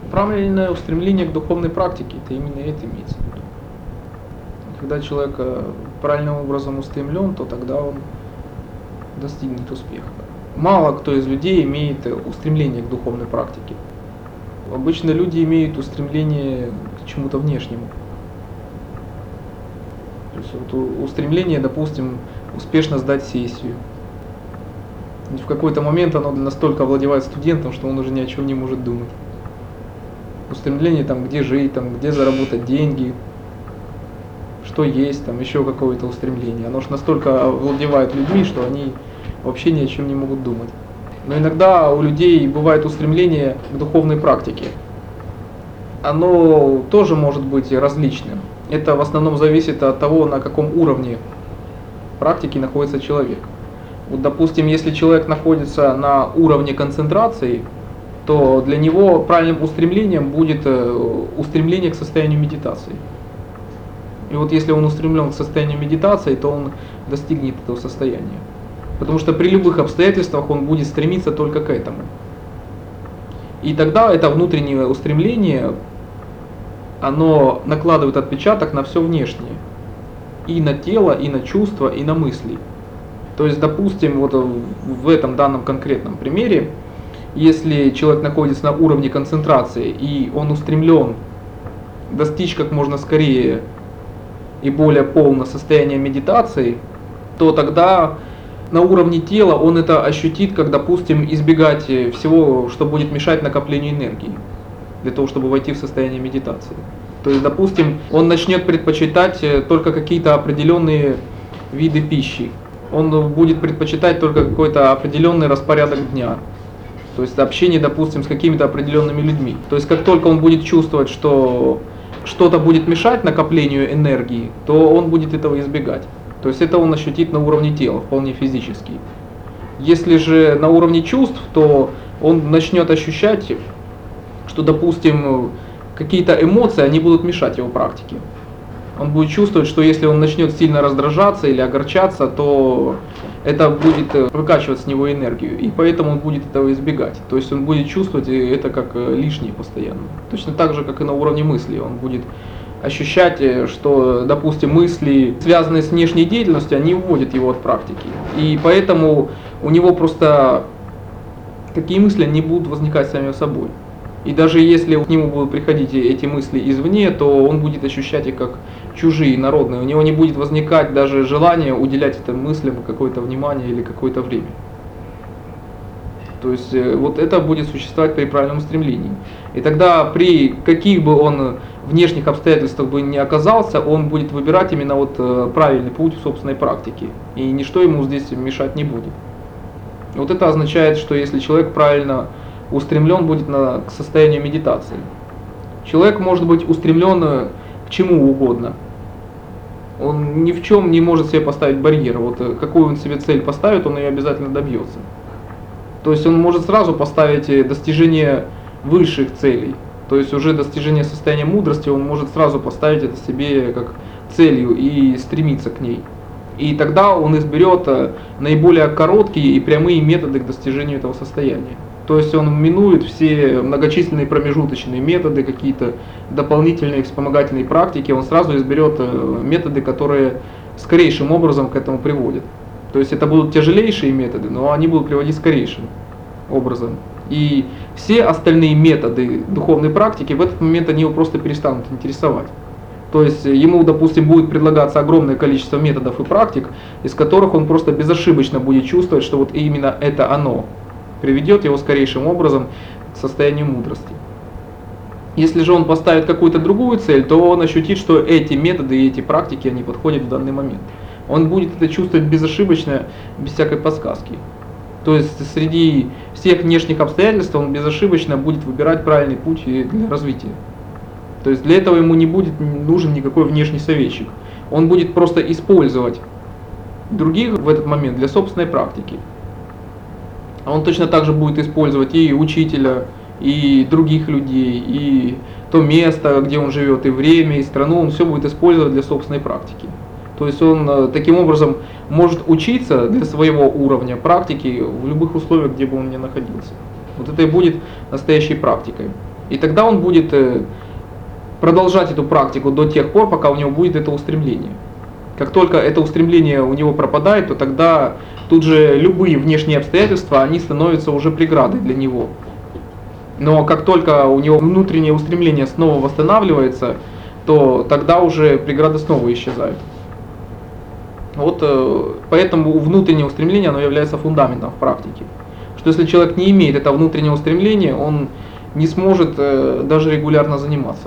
Правильное устремление к духовной практике, это именно это имеется в виду. Когда человек правильным образом устремлен, то тогда он достигнет успеха. Мало кто из людей имеет устремление к духовной практике. Обычно люди имеют устремление к чему-то внешнему. То есть вот устремление, допустим, успешно сдать сессию. И в какой-то момент оно настолько овладевает студентом, что он уже ни о чем не может думать. Устремление там, где жить, там, где заработать деньги, что есть, там еще какое-то устремление. Оно же настолько овладевает людьми, что они вообще ни о чем не могут думать. Но иногда у людей бывает устремление к духовной практике. Оно тоже может быть различным. Это в основном зависит от того, на каком уровне практики находится человек. Вот, допустим, если человек находится на уровне концентрации, то для него правильным устремлением будет устремление к состоянию медитации. И вот если он устремлен к состоянию медитации, то он достигнет этого состояния. Потому что при любых обстоятельствах он будет стремиться только к этому. И тогда это внутреннее устремление, оно накладывает отпечаток на все внешнее. И на тело, и на чувства, и на мысли. То есть, допустим, вот в этом данном конкретном примере, если человек находится на уровне концентрации, и он устремлен достичь как можно скорее и более полного состояния медитации, то тогда на уровне тела он это ощутит, как, допустим, избегать всего, что будет мешать накоплению энергии, для того, чтобы войти в состояние медитации. То есть, допустим, он начнет предпочитать только какие-то определенные виды пищи. Он будет предпочитать только какой-то определенный распорядок дня. То есть общение, допустим, с какими-то определенными людьми. То есть как только он будет чувствовать, что что-то будет мешать накоплению энергии, то он будет этого избегать. То есть это он ощутит на уровне тела, вполне физически. Если же на уровне чувств, то он начнет ощущать, что, допустим, какие-то эмоции, они будут мешать его практике. Он будет чувствовать, что если он начнет сильно раздражаться или огорчаться, то это будет выкачивать с него энергию, и поэтому он будет этого избегать. То есть он будет чувствовать это как лишнее постоянно. Точно так же, как и на уровне мысли. Он будет ощущать, что, допустим, мысли, связанные с внешней деятельностью, они уводят его от практики. И поэтому у него просто такие мысли не будут возникать сами собой. И даже если к нему будут приходить эти мысли извне, то он будет ощущать их как чужие, народные. У него не будет возникать даже желания уделять этим мыслям какое-то внимание или какое-то время. То есть вот это будет существовать при правильном устремлении. И тогда при каких бы он внешних обстоятельствах бы ни оказался, он будет выбирать именно вот правильный путь в собственной практике. И ничто ему здесь мешать не будет. Вот это означает, что если человек правильно устремлен будет к состоянию медитации. Человек может быть устремлен к чему угодно. Он ни в чем не может себе поставить барьер. Вот какую он себе цель поставит, он ее обязательно добьется. То есть он может сразу поставить достижение высших целей. То есть уже достижение состояния мудрости он может сразу поставить это себе как целью и стремиться к ней. И тогда он изберет наиболее короткие и прямые методы к достижению этого состояния. То есть он минует все многочисленные промежуточные методы, какие-то дополнительные вспомогательные практики, он сразу изберет методы, которые скорейшим образом к этому приводят. То есть это будут тяжелейшие методы, но они будут приводить скорейшим образом. И все остальные методы духовной практики в этот момент они его просто перестанут интересовать. То есть ему, допустим, будет предлагаться огромное количество методов и практик, из которых он просто безошибочно будет чувствовать, что вот именно это оно приведет его скорейшим образом к состоянию мудрости. Если же он поставит какую-то другую цель, то он ощутит, что эти методы и эти практики, они подходят в данный момент. Он будет это чувствовать безошибочно, без всякой подсказки. То есть среди всех внешних обстоятельств он безошибочно будет выбирать правильный путь для развития. То есть для этого ему не будет нужен никакой внешний советчик. Он будет просто использовать других в этот момент для собственной практики. А он точно так же будет использовать и учителя, и других людей, и то место, где он живет, и время, и страну, он все будет использовать для собственной практики. То есть он таким образом может учиться для своего уровня практики в любых условиях, где бы он ни находился. Вот это и будет настоящей практикой. И тогда он будет продолжать эту практику до тех пор, пока у него будет это устремление. Как только это устремление у него пропадает, то тогда тут же любые внешние обстоятельства, они становятся уже преградой для него. Но как только у него внутреннее устремление снова восстанавливается, то тогда уже преграды снова исчезают. Вот поэтому внутреннее устремление, оно является фундаментом в практике. Что если человек не имеет этого внутреннего устремления, он не сможет даже регулярно заниматься.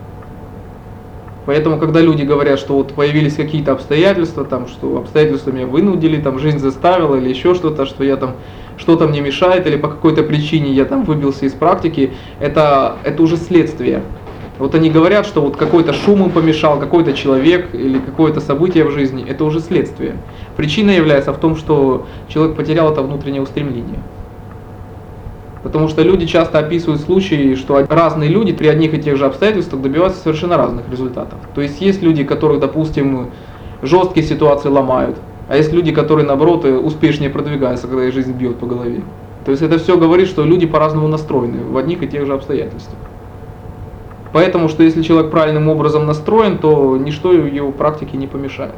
Поэтому, когда люди говорят, что вот появились какие-то обстоятельства, там, что обстоятельства меня вынудили, там, жизнь заставила или еще что-то, что я там, что-то мне мешает, или по какой-то причине я там выбился из практики, это уже следствие. Вот они говорят, что вот какой-то шум им помешал, какой-то человек или какое-то событие в жизни, это уже следствие. Причина является в том, что человек потерял это внутреннее устремление. Потому что люди часто описывают случаи, что разные люди при одних и тех же обстоятельствах добиваются совершенно разных результатов. То есть есть люди, которых, допустим, жесткие ситуации ломают, а есть люди, которые, наоборот, успешнее продвигаются, когда их жизнь бьет по голове. То есть это все говорит, что люди по-разному настроены в одних и тех же обстоятельствах. Поэтому, что если человек правильным образом настроен, то ничто его практике не помешает.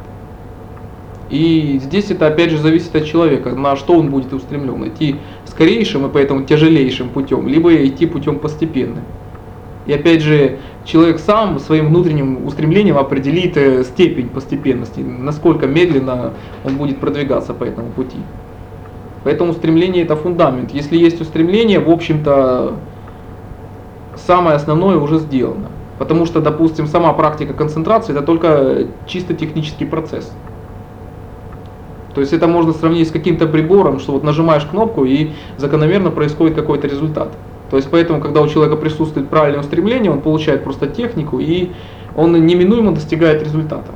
И здесь это опять же зависит от человека, на что он будет устремлен. Идти скорейшим и поэтому тяжелейшим путем, либо идти путем постепенным. И опять же, человек сам своим внутренним устремлением определит степень постепенности, насколько медленно он будет продвигаться по этому пути. Поэтому устремление это фундамент. Если есть устремление, в общем-то, самое основное уже сделано. Потому что, допустим, сама практика концентрации это только чисто технический процесс. То есть это можно сравнить с каким-то прибором, что вот нажимаешь кнопку и закономерно происходит какой-то результат. То есть поэтому, когда у человека присутствует правильное устремление, он получает просто технику и он неминуемо достигает результата.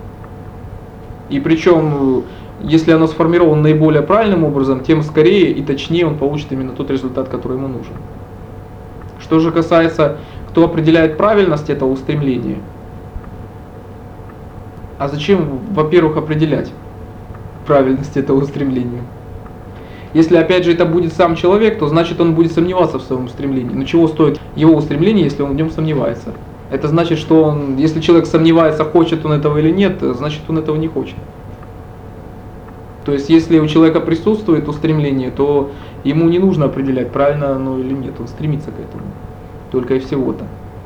И причем, если оно сформировано наиболее правильным образом, тем скорее и точнее он получит именно тот результат, который ему нужен. Что же касается, кто определяет правильность этого устремления, а зачем, во-первых, определять правильность этого устремления? Если опять же это будет сам человек, то значит он будет сомневаться в своем устремлении. Но чего стоит его устремление, если он в нем сомневается? Это значит, что он, если человек сомневается, хочет он этого или нет, значит он этого не хочет. То есть если у человека присутствует устремление, то ему не нужно определять, правильно оно или нет, он стремится к этому. Только и всего-то.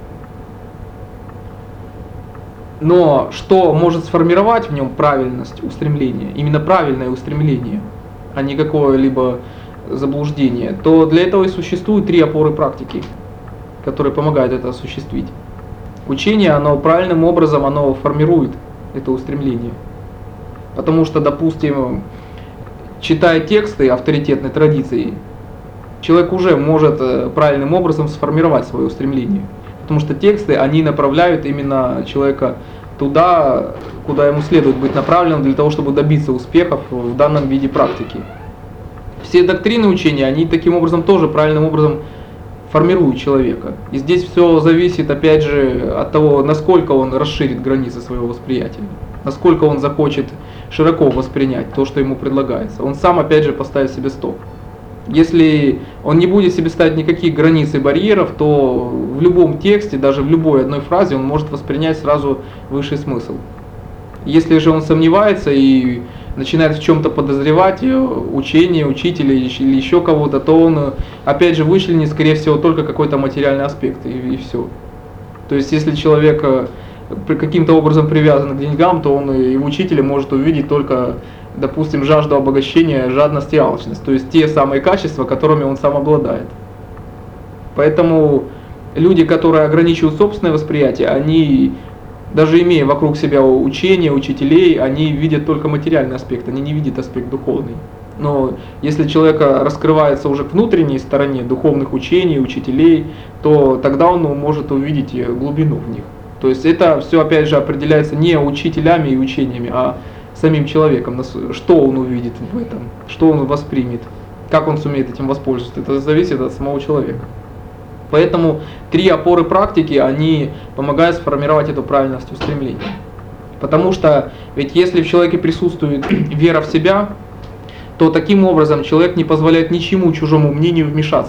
Но что может сформировать в нем правильность устремления, именно правильное устремление, а не какое-либо заблуждение, то для этого и существуют три опоры практики, которые помогают это осуществить. Учение, оно правильным образом оно формирует это устремление. Потому что, допустим, читая тексты авторитетной традиции, человек уже может правильным образом сформировать свое устремление. Потому что тексты, они направляют именно человека туда, куда ему следует быть направленным для того, чтобы добиться успехов в данном виде практики. Все доктрины учения, они таким образом тоже правильным образом формируют человека. И здесь все зависит, опять же, от того, насколько он расширит границы своего восприятия, насколько он захочет широко воспринять то, что ему предлагается. Он сам, опять же, поставит себе стоп. Если он не будет себе ставить никаких границ и барьеров, то в любом тексте, даже в любой одной фразе, он может воспринять сразу высший смысл. Если же он сомневается и начинает в чем-то подозревать учение, учителя или еще кого-то, то он, опять же, вычленит, скорее всего, только какой-то материальный аспект и все. То есть, если человек каким-то образом привязан к деньгам, то он и в учителе может увидеть только, допустим, жажду обогащения, жадность и алчность, то есть те самые качества, которыми он сам обладает. Поэтому люди, которые ограничивают собственное восприятие, они, даже имея вокруг себя учения, учителей, они видят только материальный аспект, они не видят аспект духовный. Но если человек раскрывается уже к внутренней стороне духовных учений, учителей, то тогда он может увидеть глубину в них. То есть это все опять же определяется не учителями и учениями, а самим человеком, что он увидит в этом, что он воспримет, как он сумеет этим воспользоваться. Это зависит от самого человека. Поэтому три опоры практики, они помогают сформировать эту правильность устремления. Потому что ведь если в человеке присутствует вера в себя, то таким образом человек не позволяет ничему чужому мнению вмешаться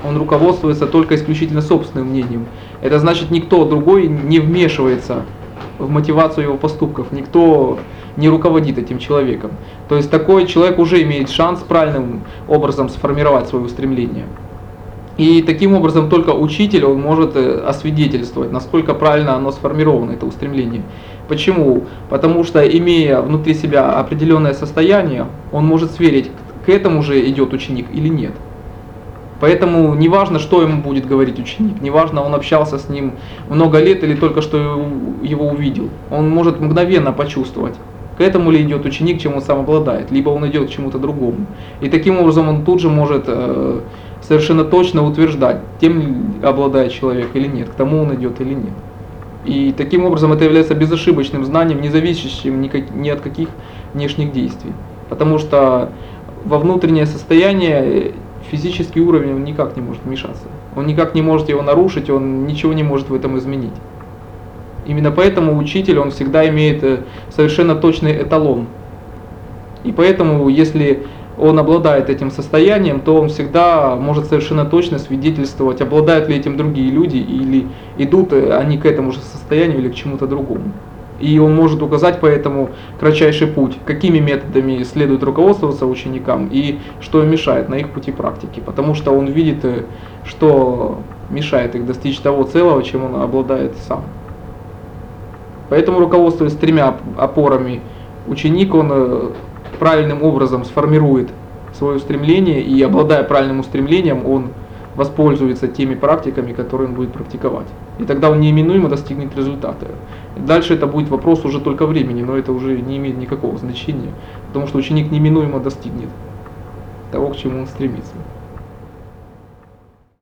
Он руководствуется только исключительно собственным мнением. Это значит, никто другой не вмешивается в мотивацию его поступков, никто не руководит этим человеком. То есть такой человек уже имеет шанс правильным образом сформировать свое устремление. И таким образом только учитель, он может освидетельствовать, насколько правильно оно сформировано, это устремление. Почему? Потому что, имея внутри себя определенное состояние, он может сверить, к этому же идет ученик или нет. Поэтому не важно, что ему будет говорить ученик, не важно, он общался с ним много лет или только что его увидел. Он может мгновенно почувствовать, к этому ли идет ученик, чем он сам обладает, либо он идет к чему-то другому. И таким образом он тут же может совершенно точно утверждать, тем ли обладает человек или нет, к тому он идет или нет. И таким образом это является безошибочным знанием, не зависящим ни от каких внешних действий. Потому что во внутреннее состояние физический уровень он никак не может вмешаться. Он никак не может его нарушить, он ничего не может в этом изменить. Именно поэтому учитель, он всегда имеет совершенно точный эталон. И поэтому, если он обладает этим состоянием, то он всегда может совершенно точно свидетельствовать, обладают ли этим другие люди, или идут они к этому же состоянию или к чему-то другому. И он может указать поэтому кратчайший путь, какими методами следует руководствоваться ученикам и что им мешает на их пути практики. Потому что он видит, что мешает их достичь того целого, чем он обладает сам. Поэтому, руководствуясь тремя опорами, ученик, он правильным образом сформирует свое устремление, и обладая правильным устремлением, он воспользуется теми практиками, которые он будет практиковать. И тогда он неименуемо достигнет результата. Дальше это будет вопрос уже только времени, но это уже не имеет никакого значения, потому что ученик неминуемо достигнет того, к чему он стремится.